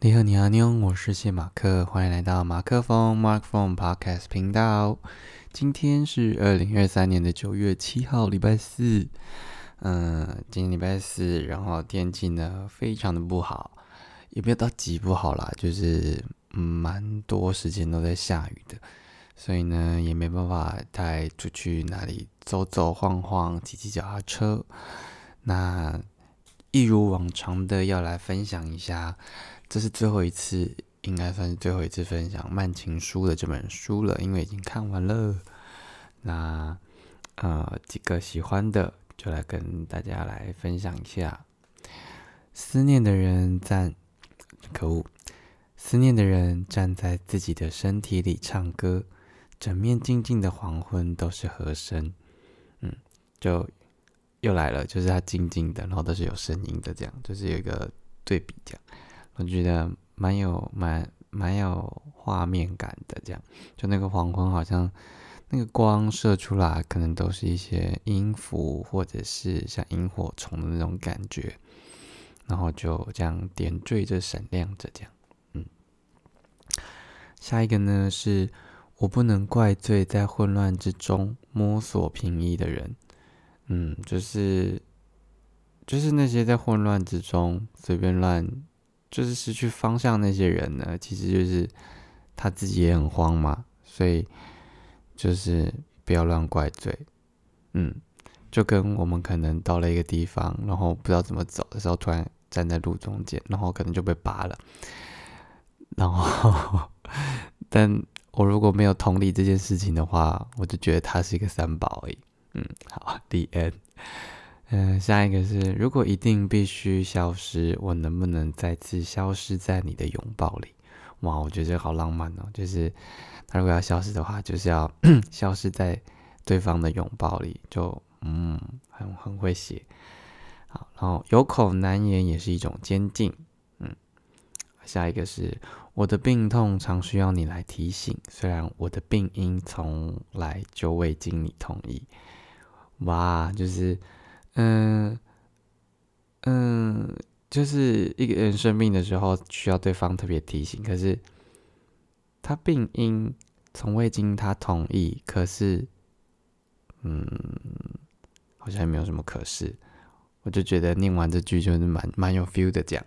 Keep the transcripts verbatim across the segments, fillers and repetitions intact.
你好，你好，妞，我是谢马克，欢迎来到马克风 Mark Phone Podcast 频道。今天是二零二三年的九月七号，礼拜四。嗯，今天礼拜四，然后天气呢非常的不好，也没有到极不好啦，就是嗯蛮多时间都在下雨的，所以呢也没办法带出去哪里走走晃晃，骑骑脚踏车。那一如往常的要来分享一下。这是最后一次，应该算是最后一次分享《慢情书》的这本书了，因为已经看完了。那呃，几个喜欢的，就来跟大家来分享一下。思念的人站，可恶！思念的人站在自己的身体里唱歌，整面静静的黄昏都是和声。嗯，就又来了，就是它静静的，然后都是有声音的，这样就是有一个对比，这样。我觉得蛮有蛮蛮有画面感的，这样就那个黄昏好像那个光射出来，可能都是一些音符或者是像萤火虫的那种感觉，然后就这样点缀着闪亮着，这样。嗯，下一个呢是我不能怪罪在混乱之中摸索平易的人。嗯，就是就是那些在混乱之中随便乱。就是失去方向那些人呢，其实就是他自己也很慌嘛，所以就是不要乱怪罪。嗯，就跟我们可能到了一个地方，然后不知道怎么走的时候，突然站在路中间，然后可能就被扒了。然后，但我如果没有同理这件事情的话，我就觉得他是一个三宝而已。嗯，好 ，the end。嗯、呃，下一个是，如果一定必须消失，我能不能再次消失在你的拥抱里？哇，我觉得这个好浪漫哦！就是他如果要消失的话，就是要消失在对方的拥抱里，就嗯，很很会写。好，然后有口难言也是一种坚定。嗯，下一个是我的病痛常需要你来提醒，虽然我的病因从来就未经你同意。哇，就是。嗯嗯，就是一个人生病的时候，需要对方特别提醒。可是他病因从未经他同意，可是，嗯，好像也没有什么可是。我就觉得念完这句就是蛮蛮有 feel 的这样。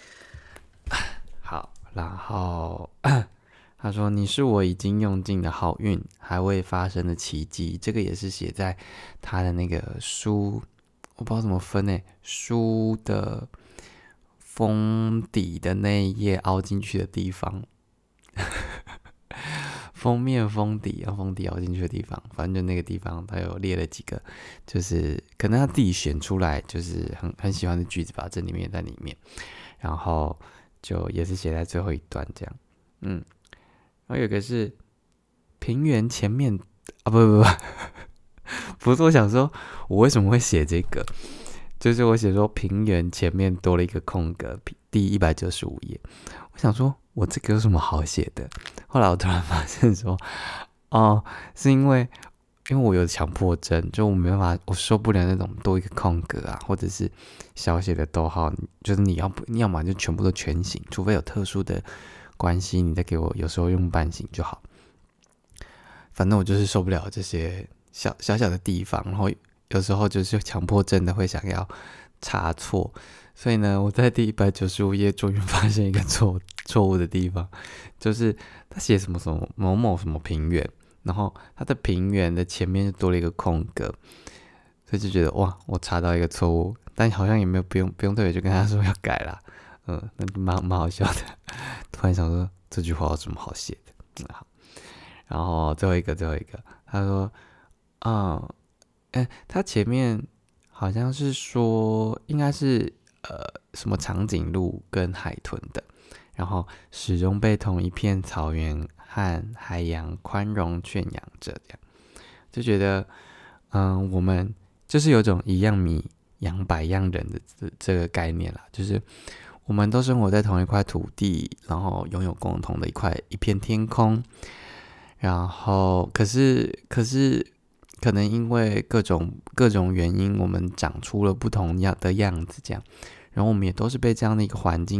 好，然后他说：“你是我已经用尽的好运，还未发生的奇迹。”这个也是写在他的那个书。我不知道怎么分诶，书的封底的那一页凹进去的地方，封面封底啊，封底凹进去的地方，反正就那个地方，他有列了几个，就是可能他自己选出来，就是很很喜欢的句子吧，这里面在里面，然后就也是写在最后一段这样，嗯，然后有个是平原前面啊，不不不。不是，我想说，我为什么会写这个？就是我写说平原前面多了一个空格，第一百九十五页。我想说，我这个有什么好写的？后来我突然发现说，哦，是因为因为我有强迫症，就我没办法，我受不了那种多一个空格啊，或者是小写的逗号，就是你要不你要么就全部都全形，除非有特殊的关系，你再给我有时候用半形就好。反正我就是受不了这些。小小小的地方，然后有时候就是强迫症的会想要查错，所以呢，我在第一百九十五页终于发现一个错错误的地方，就是他写什么什么某某什么平原，然后他的平原的前面就多了一个空格，所以就觉得哇，我查到一个错误，但好像也没有不用不用特别就跟他说要改啦，嗯，那蛮蛮好笑的，突然想说这句话有什么好写的，嗯，好，然后最后一个最后一个，他说。嗯，哎，他前面好像是说，应该是呃什么长颈鹿跟海豚的，然后始终被同一片草原和海洋宽容圈养着，这样就觉得，嗯，我们就是有种一样米养百样人的这这个概念啦，就是我们都生活在同一块土地，然后拥有共同的一块一片天空，然后可是可是。可能因为各种各种原因，我们长出了不同样的样子，这样，然后我们也都是被这样的一个环境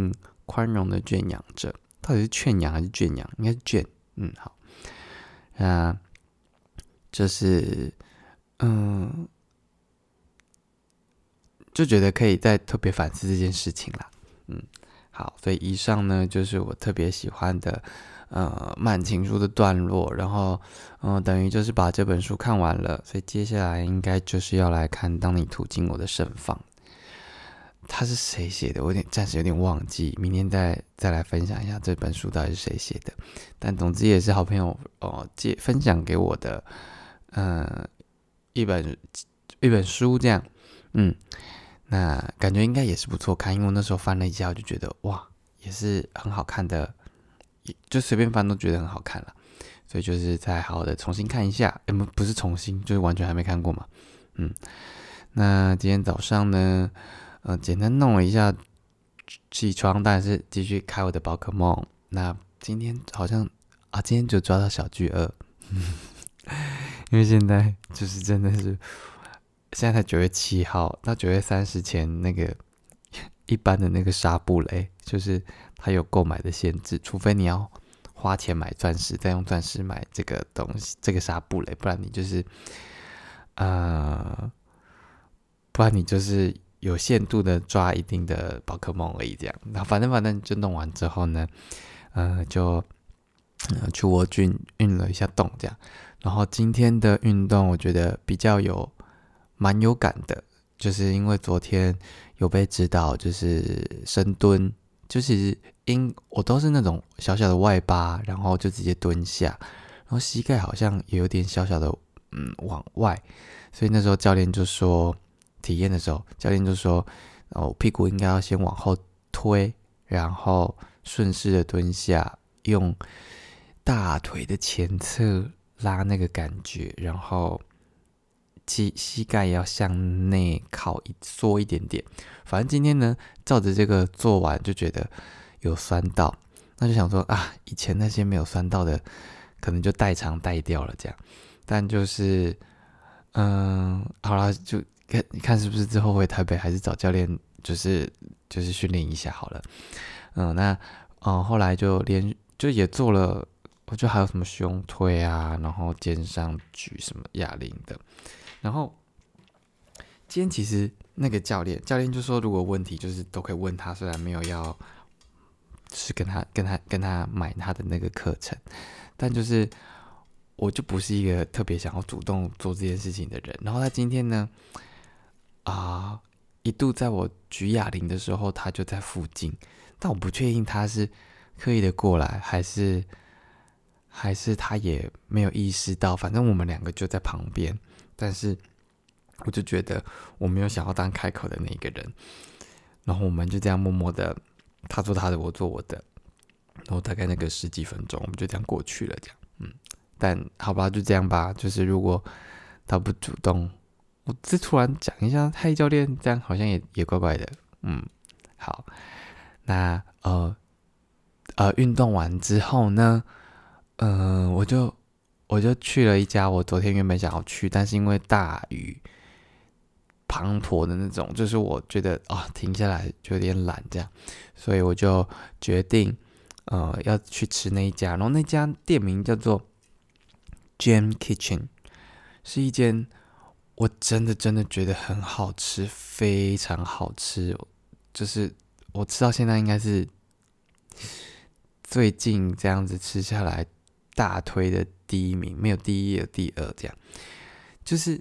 宽容的圈养者，到底是圈养还是圈养？应该是圈。嗯，好，那就是嗯，就觉得可以再特别反思这件事情啦。嗯，好，所以以上呢就是我特别喜欢的呃慢情书的段落，然后嗯、呃、等于就是把这本书看完了，所以接下来应该就是要来看当你途经我的盛放。他是谁写的？我有点暂时有点忘记，明天再再来分享一下这本书到底是谁写的。但总之也是好朋友哦借分享给我的，呃一本一本书这样，嗯，那感觉应该也是不错看，因为我那时候翻了一下，我就觉得哇，也是很好看的，就随便翻都觉得很好看了，所以就是再好好的重新看一下，欸、不是重新，就是完全还没看过嘛，嗯，那今天早上呢？呃，简单弄了一下起床，但是继续开我的宝可梦。那今天好像啊，今天就抓到小巨鳄，因为现在就是真的是现在才九月七号，到九月三十前那个一般的那个纱布雷，就是它有购买的限制，除非你要花钱买钻石，再用钻石买这个东西，这个纱布雷，不然你就是呃，不然你就是。有限度的抓一定的宝可梦而已，这样。那反正反正就弄完之后呢，呃，就、呃、去蜗苣运了一下动，这样。然后今天的运动，我觉得比较有蛮有感的，就是因为昨天有被指导，就是深蹲，就其实因我都是那种小小的外八，然后就直接蹲下，然后膝盖好像也有点小小的嗯往外，所以那时候教练就说。体验的时候，教练就说：“哦，屁股应该要先往后推，然后顺势的蹲下，用大腿的前侧拉那个感觉，然后膝膝盖也要向内靠一缩一点点。反正今天呢，照着这个做完就觉得有酸到，那就想说啊，以前那些没有酸到的，可能就代偿代掉了这样。但就是，嗯，好了，就。”看看是不是之后回台北，还是找教练，就是就是训练一下好了。嗯，那嗯后来就连就也做了，我觉得还有什么胸推啊，然后肩上举什么哑铃的。然后今天其实那个教练，教练就说如果问题就是都可以问他，虽然没有要是跟他跟他跟他买他的那个课程，但就是我就不是一个特别想要主动做这件事情的人。然后他今天呢？啊、呃，一度在我举哑铃的时候，他就在附近，但我不确定他是刻意的过来，还是还是他也没有意识到。反正我们两个就在旁边，但是我就觉得我没有想要当开口的那个人，然后我们就这样默默的，他做他的，我做我的，然后大概那个十几分钟，我们就这样过去了，这样，嗯，但好吧，就这样吧，就是如果他不主动。我这突然讲一下，嗨教练，这样好像也也怪怪的，嗯，好，那呃呃，运动完之后呢，嗯、呃，我就我就去了一家我昨天原本想要去，但是因为大雨滂沱的那种，就是我觉得啊、哦、停下来就有点懒这样，所以我就决定呃要去吃那一家，然后那家店名叫做 Jam Kitchen， 是一间。我真的真的觉得很好吃，非常好吃，就是我吃到现在应该是最近这样子吃下来大推的第一名，没有第一也有第二，这样就是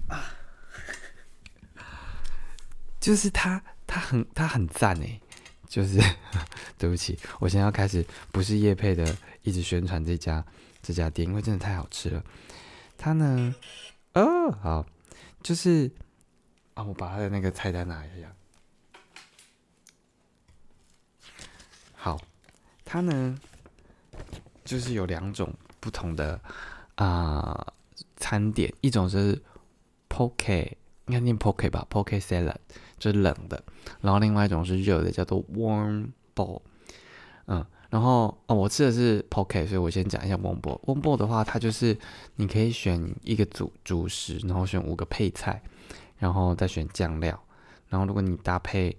就是它它很它很赞哎，就是对不起，我现在要开始不是业配的，一直宣传这家这家店，因为真的太好吃了。它呢，哦好。就是啊，我把他的那个菜单拿一下。好，它呢就是有两种不同的啊、呃、餐点，一种是 poke， 应该念 poke 吧 ，poke salad 就是冷的，然后另外一种是热的，叫做 warm bowl。嗯，然后哦，我吃的是 poke， 所以我先讲一下 warm bowl。warm bowl 的话，它就是你可以选一个主主食，然后选五个配菜。然后再选酱料，然后如果你搭配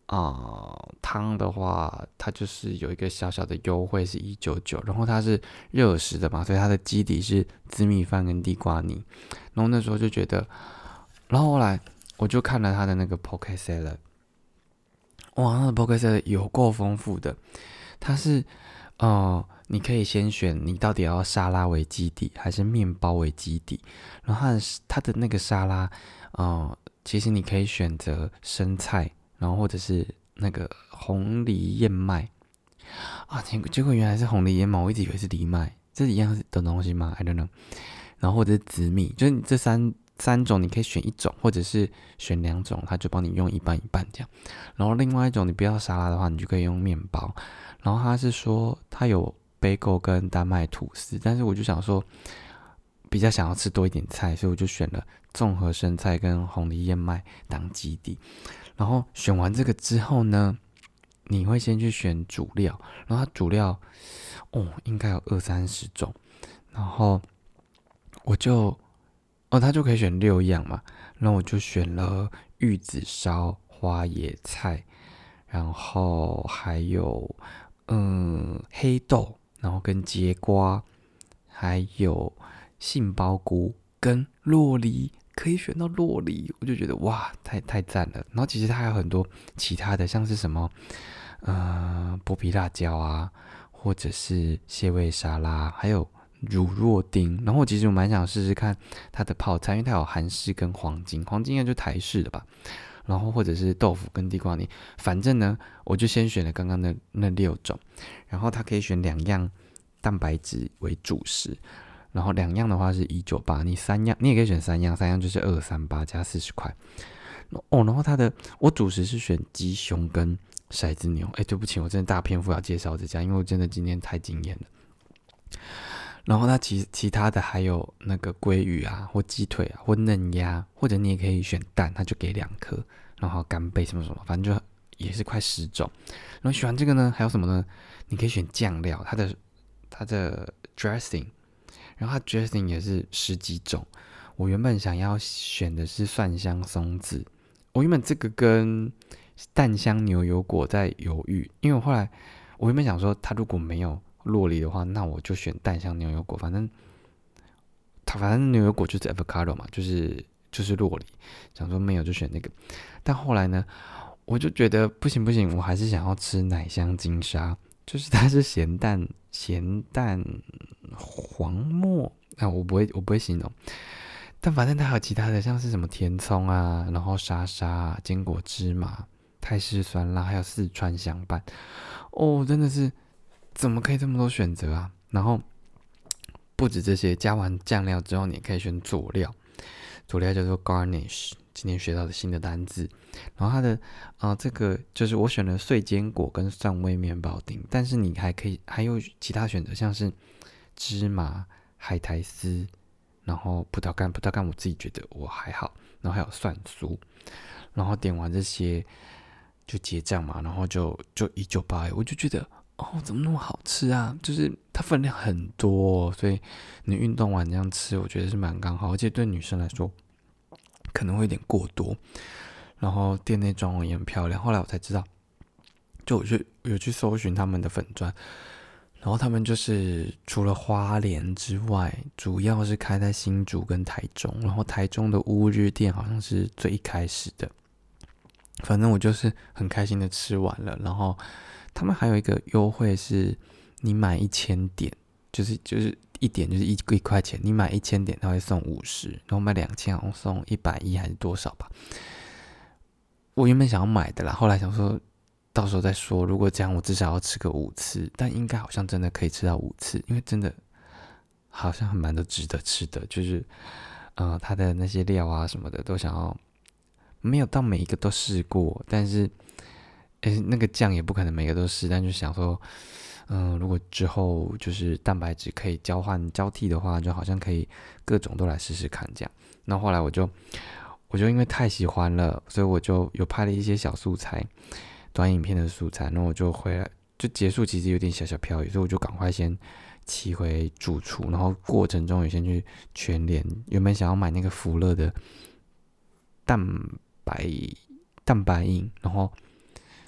呃，汤的话，它就是有一个小小的优惠是一百九十九，然后它是热食的嘛，所以它的基底是紫米饭跟地瓜泥。然后那时候就觉得，然后后来我就看了它的那个 poke salad， 哇，那个 poke salad 有够丰富的。它是呃，你可以先选你到底要沙拉为基底还是面包为基底，然后它的它的那个沙拉，呃，其实你可以选择生菜，然后或者是那个红梨燕麦啊，结果结果原来是红梨燕麦，我一直以为是藜麦，这是一样的东西吗？I don't know。然后或者是紫米，就是你这三三种你可以选一种，或者是选两种，他就帮你用一半一半这样。然后另外一种你不要沙拉的话，你就可以用面包。然后他是说他有 bagel 跟丹麦吐司，但是我就想说比较想要吃多一点菜，所以我就选了综合生菜跟红梨燕麦当基底。然后选完这个之后呢，你会先去选主料，然后它主料哦应该有二三十种，然后我就哦它就可以选六样嘛，然后我就选了玉子烧、花椰菜，然后还有嗯黑豆，然后跟节瓜，还有杏鲍菇跟洛梨，可以选到洛梨，我就觉得哇，太太赞了。然后其实它还有很多其他的，像是什么呃剥皮辣椒啊，或者是蟹味沙拉，还有乳酪丁。然后其实我蛮想试试看它的泡菜，因为它有韩式跟黄金，黄金应该就台式的吧。然后或者是豆腐跟地瓜泥，反正呢，我就先选了刚刚的那六种，然后它可以选两样蛋白质为主食，然后两样的话是一百九十八，你三样你也可以选三样，三样就是二百三十八加四十块。哦，然后它的我主食是选鸡胸跟骰子牛，哎，对不起，我真的大篇幅要介绍这家，因为我真的今天太惊艳了。然后它其其他的还有那个鲑鱼啊，或鸡腿啊，或嫩鸭，或者你也可以选蛋，它就给两颗，然后干贝什么什么，反正就也是快十种。然后喜欢这个呢，还有什么呢？你可以选酱料，它的它的 dressing， 然后它 dressing 也是十几种。我原本想要选的是蒜香松子，我原本这个跟蛋香牛油果在犹豫，因为我后来我原本想说，它如果没有洛梨的话，那我就选蛋香牛油果，反正它反正牛油果就是 avocado 嘛，就是就是洛梨，想说没有就选那个。但后来呢，我就觉得不行不行，我还是想要吃奶香金沙，就是它是咸蛋咸蛋黄末啊，我不会我不会形容，但反正它还有其他的，像是什么甜葱啊，然后沙沙、啊、坚果芝麻、泰式酸辣，还有四川香拌，哦，真的是怎么可以这么多选择啊？然后不止这些，加完酱料之后，你也可以选佐料，佐料叫做 garnish， 今天学到的新的单字。然后它的啊、呃，这个就是我选了碎坚果跟蒜味面包丁，但是你还可以还有其他选择，像是芝麻、海苔丝，然后葡萄干，葡萄干我自己觉得我还好，然后还有蒜酥，然后点完这些就结账嘛，然后就就一九八，我就觉得哦，怎么那么好吃啊？就是它分量很多、哦，所以你运动完这样吃，我觉得是蛮刚好，而且对女生来说可能会有点过多。然后店内装潢也很漂亮，后来我才知道，就我去有去搜寻他们的粉专，然后他们就是除了花莲之外，主要是开在新竹跟台中，然后台中的乌日店好像是最一开始的。反正我就是很开心的吃完了，然后他们还有一个优惠是，你买一千点，就是就是一点就是一一块钱，你买一千点他会送五十，然后买两千好像送一百一还是多少吧。我原本想要买的啦，后来想说到时候再说。如果这样，我至少要吃个五次，但应该好像真的可以吃到五次，因为真的好像很蛮多值得吃的，就是呃，它的那些料啊什么的都想要，没有到每一个都试过，但是诶那个酱也不可能每个都试，但就想说，嗯、呃，如果之后就是蛋白质可以交换交替的话，就好像可以各种都来试试看这样。那后来我就。我就因为太喜欢了，所以我就有拍了一些小素材，短影片的素材，然后我就回来，就结束其实有点小小飘雨，所以我就赶快先骑回住处，然后过程中也先去全联，原本想要买那个福乐的蛋白蛋白饮，然后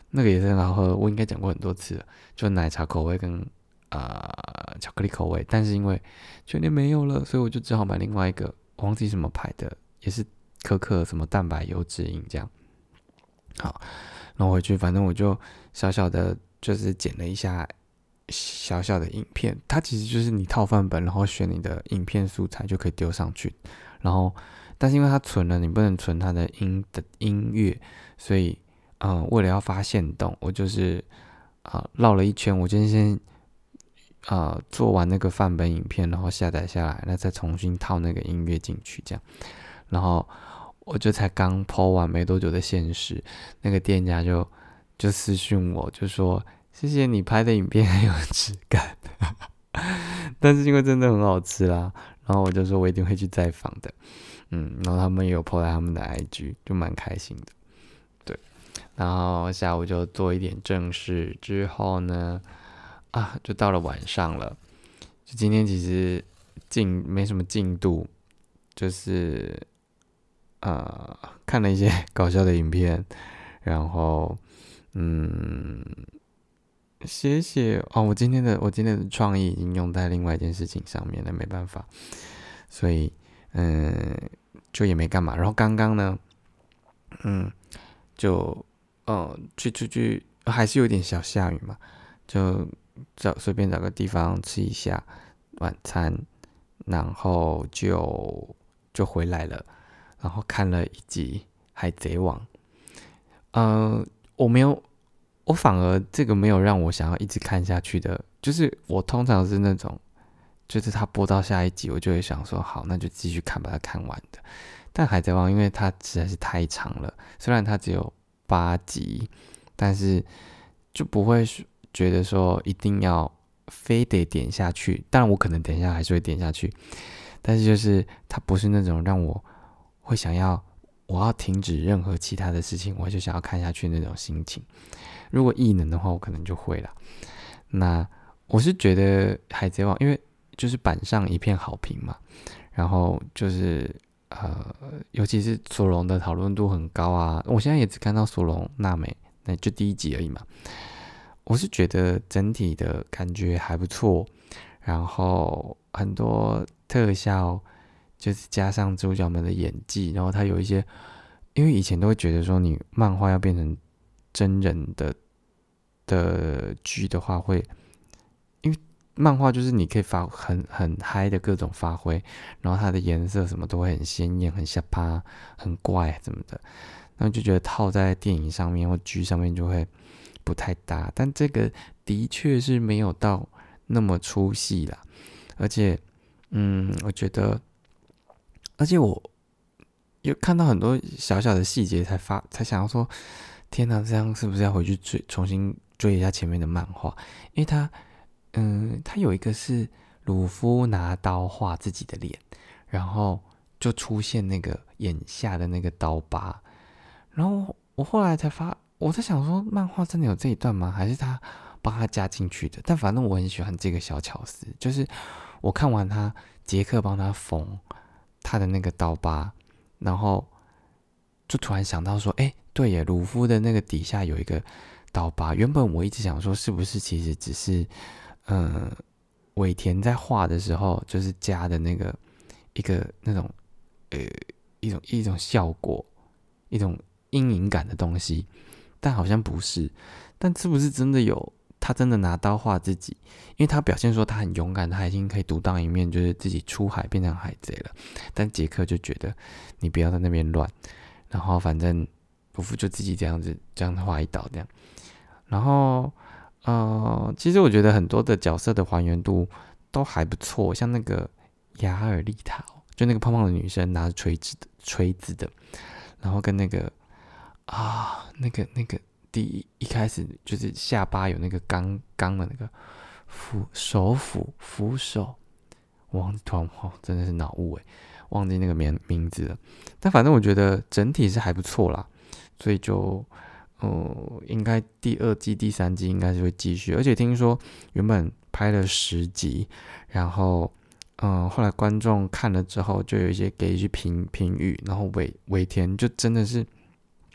那个也是很好喝，我应该讲过很多次了，就奶茶口味跟呃巧克力口味，但是因为全年没有了，所以我就只好买另外一个，我忘记什么牌的，也是可可什么蛋白油脂饮这样。好，然后回去反正我就小小的就是剪了一下小小的影片，它其实就是你套范本，然后选你的影片素材就可以丢上去，然后但是因为它存了，你不能存它的音的音乐，所以嗯、呃，为了要发现动，我就是啊、呃、绕了一圈，我今天先啊、呃、做完那个范本影片，然后下载下来，那再重新套那个音乐进去，这样，然后我就才刚 po 完没多久的现实，那个店家就就私讯我，就说谢谢你拍的影片很有质感，但是因为真的很好吃啦，然后我就说我一定会去再访的，嗯，然后他们也有 po 在他们的 I G， 就蛮开心的，对，然后下午就做一点正事之后呢，啊，就到了晚上了，就今天其实进没什么进度，就是呃看了一些搞笑的影片，然后嗯写写哦，我今天的我今天的创意已经用在另外一件事情上面了，没办法，所以嗯就也没干嘛。然后刚刚呢，嗯就呃去出去还是有点小下雨嘛，就找随便找个地方吃一下晚餐，然后就就回来了，然后看了一集《海贼王》。呃，我没有，我反而这个没有让我想要一直看下去的，就是我通常是那种，就是他播到下一集，我就会想说，好，那就继续看，把它看完的。但《海贼王》因为它实在是太长了，虽然它只有八集，但是就不会觉得说一定要非得点下去。当然，我可能等一下还是会点下去，但是就是它不是那种让我会想要我要停止任何其他的事情，我就想要看下去那种心情。如果异能的话，我可能就会了。那我是觉得《海贼王》因为就是板上一片好评嘛，然后就是呃，尤其是索隆的讨论度很高啊。我现在也只看到索隆、娜美，那就第一集而已嘛。我是觉得整体的感觉还不错，然后很多特效，就是加上主角们的演技，然后他有一些，因为以前都会觉得说你漫画要变成真人的的剧的话会，因为漫画就是你可以发很很嗨的各种发挥，然后它的颜色什么都会很鲜艳、很下趴、很怪什么的，那就觉得套在电影上面或剧上面就会不太搭。但这个的确是没有到那么出戏啦，而且，嗯，我觉得，而且我有看到很多小小的细节，才发才想要说，天哪，这样是不是要回去追重新追一下前面的漫画？因为他，嗯，他有一个是鲁夫拿刀画自己的脸，然后就出现那个眼下的那个刀疤，然后我后来才发，我在想说，漫画真的有这一段吗？还是他帮他加进去的？但反正我很喜欢这个小巧思，就是我看完他杰克帮他缝他的那个刀疤，然后就突然想到说，哎，对耶，鲁夫的那个底下有一个刀疤。原本我一直想说，是不是其实只是，嗯，尾田在画的时候就是加的那个一个那种，呃，一种一种效果，一种阴影感的东西，但好像不是。但是不是真的有？他真的拿刀画自己，因为他表现说他很勇敢，他已经可以独当一面，就是自己出海变成海贼了。但杰克就觉得你不要在那边乱，然后反正鲁夫就自己这样子这样画一刀这样。然后呃，其实我觉得很多的角色的还原度都还不错，像那个雅尔丽塔，就那个胖胖的女生拿着锤子的锤子的，然后跟那个啊那个那个。第一一开始就是下巴有那个钢钢的那个扶手斧扶手，我忘记突然哦，真的是脑雾哎，忘记那个名名字了。但反正我觉得整体是还不错啦，所以就呃应该第二季、第三季应该是会继续，而且听说原本拍了十集，然后嗯、呃、后来观众看了之后就有一些给一些评评语，然后尾尾田就真的是。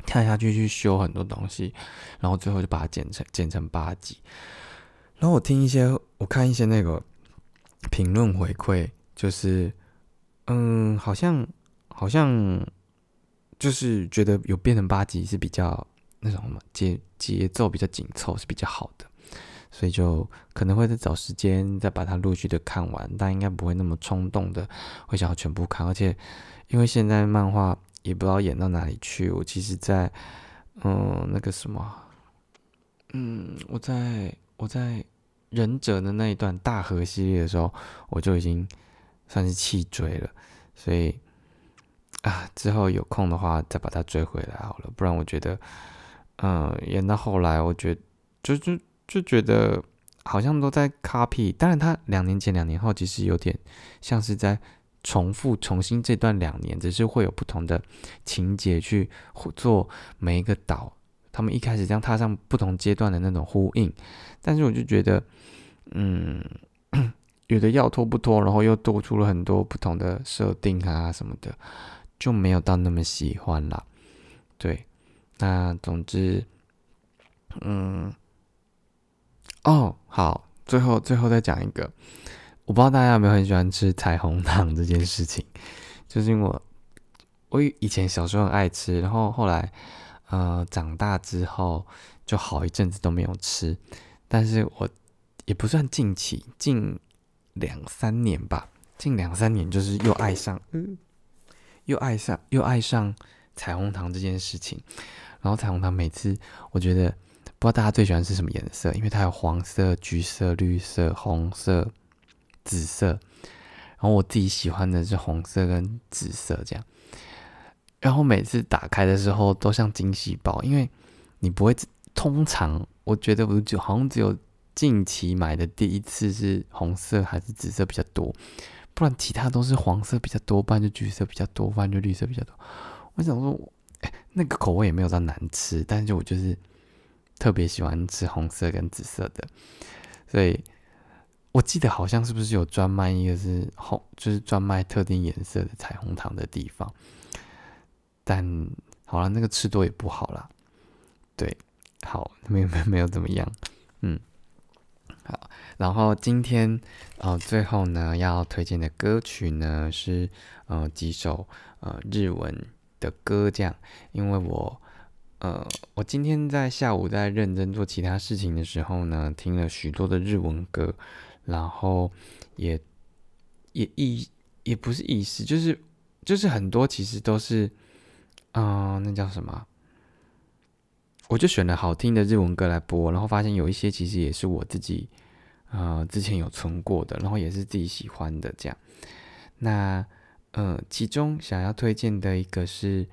跳下去去修很多东西，然后最后就把它剪成剪成八集。然后我听一些，我看一些那个评论回馈，就是嗯，好像好像就是觉得有变成八集是比较那种什么节节奏比较紧凑，是比较好的。所以就可能会再找时间再把它陆续的看完，但应该不会那么冲动的会想要全部看。而且因为现在漫画也不知道演到哪里去，我其实在嗯那个什么嗯我在我在忍者的那一段大河系列的时候，我就已经算是弃追了，所以啊之后有空的话再把它追回来好了，不然我觉得嗯演到后来，我觉得就就就觉得好像都在 copy， 当然他两年前两年后其实有点像是在重复重新这段两年，只是会有不同的情节去做每一个岛他们一开始这样踏上不同阶段的那种呼应。但是我就觉得嗯有的要拖不拖，然后又多出了很多不同的设定啊什么的，就没有到那么喜欢啦。对，那总之嗯哦，好，最后最后再讲一个，我不知道大家有没有很喜欢吃彩虹糖这件事情，就是因为我我以前小时候很爱吃，然后后来呃长大之后就好一阵子都没有吃，但是我也不算近期，近两三年吧，近两三年就是又爱上，嗯，又爱上又爱上彩虹糖这件事情，然后彩虹糖每次我觉得。不知道大家最喜欢是什么颜色，因为它有黄色、橘色、绿色、红色、紫色，然后我自己喜欢的是红色跟紫色这样。然后每次打开的时候都像惊喜包，因为你不会，通常我觉得我就好像只有近期买的第一次是红色还是紫色比较多，不然其他都是黄色比较多，不然就橘色比较多，不然就绿色比较多。我想说，欸、那个口味也没有到难吃，但是我就是特别喜欢吃红色跟紫色的，所以我记得好像是不是有专卖一个是红，就是专卖特定颜色的彩虹糖的地方。但好了，那个吃多也不好啦。对，好，没有没有怎么样，嗯，好。然后今天呃最后呢要推荐的歌曲呢是呃几首呃日文的歌，这样，因为我呃我今天在下午在认真做其他事情的时候呢，听了许多的日文歌，然后也也意也不是意识，就是就是很多其实都是嗯、呃那叫什么？我就选了好听的日文歌来播，然后发现有一些其实也是我自己呃之前有存过的，然后也是自己喜欢的这样。那呃其中想要推荐的一个是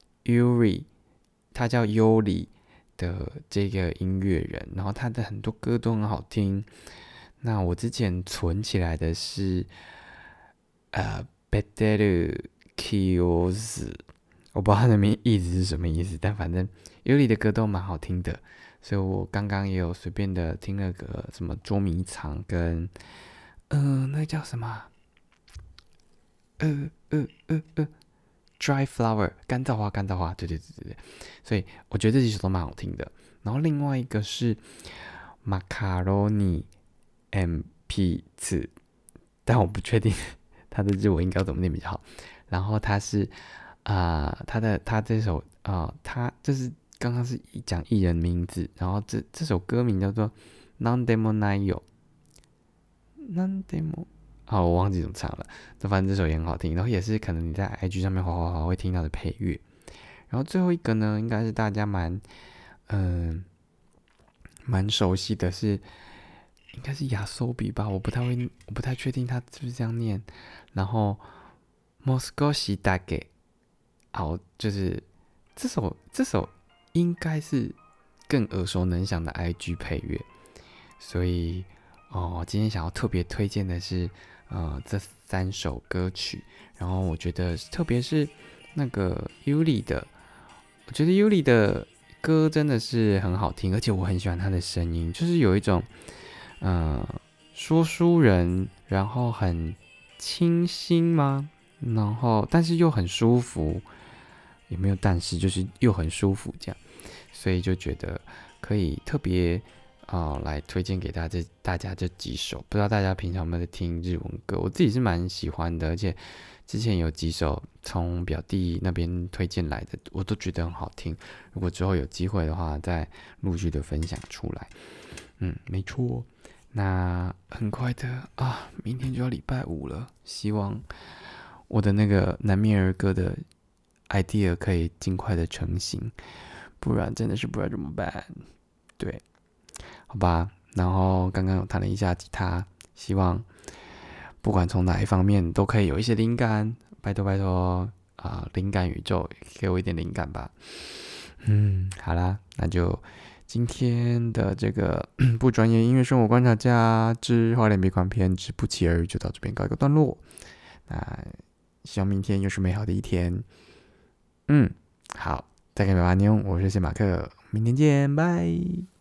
Yuri， 他叫 Yuri 的这个音乐人，然后他的很多歌都很好听。那我之前存起来的是呃 Better Kills，我不知道他的名意思是什么意思，但反正尤里的歌都蛮好听的，所以我刚刚也有随便的听了个什么捉迷藏跟呃那个叫什么呃呃呃呃 Dry Flower 干燥花干燥花，对对对对对，所以我觉得这几首都蛮好听的。然后另外一个是 Macaroni M P 四，但我不确定他的日文应该要怎么念比较好。然后他是啊、呃，他的他这首啊、呃，他就是刚刚是讲艺人名字，然后这这首歌名叫做 Non Demo Nayo，Non Demo，好，我忘记怎么唱了，就反正这首也很好听，然后也是可能你在 I G 上面滑滑滑会听到的配乐。然后最后一个呢，应该是大家蛮嗯蛮熟悉的是，应该是亚索比吧，我不太会，我不太确定他是不是这样念。然后 Moscow 大给。好，就是这首这首应该是更耳熟能详的 I G 配乐，所以哦，今天想要特别推荐的是呃这三首歌曲，然后我觉得特别是那个 Yuli 的，我觉得 Yuli 的歌真的是很好听，而且我很喜欢他的声音，就是有一种呃说书人，然后很清新吗？然后但是又很舒服。 也没有但是，就是又很舒服这样，所以就觉得可以特别啊、呃、来推荐给大家大家这几首。不知道大家平常有没有在听日文歌？我自己是蛮喜欢的，而且之前有几首从表弟那边推荐来的，我都觉得很好听。如果之后有机会的话，再陆续的分享出来。嗯，没错。那很快的啊，明天就要礼拜五了，希望我的那个南面儿歌的 idea 可以尽快的成型，不然真的是不知道怎么办。对，好吧。然后刚刚有弹了一下吉他，希望不管从哪一方面都可以有一些灵感，拜托拜托啊、呃，灵感宇宙给我一点灵感吧。嗯，好啦，那就今天的这个不专业音乐生活观察家之花莲别款篇之不期而遇就到这边告一个段落。那希望明天又是美好的一天。嗯，好，再见，拜拜，妞，我是谢马克，明天见，拜。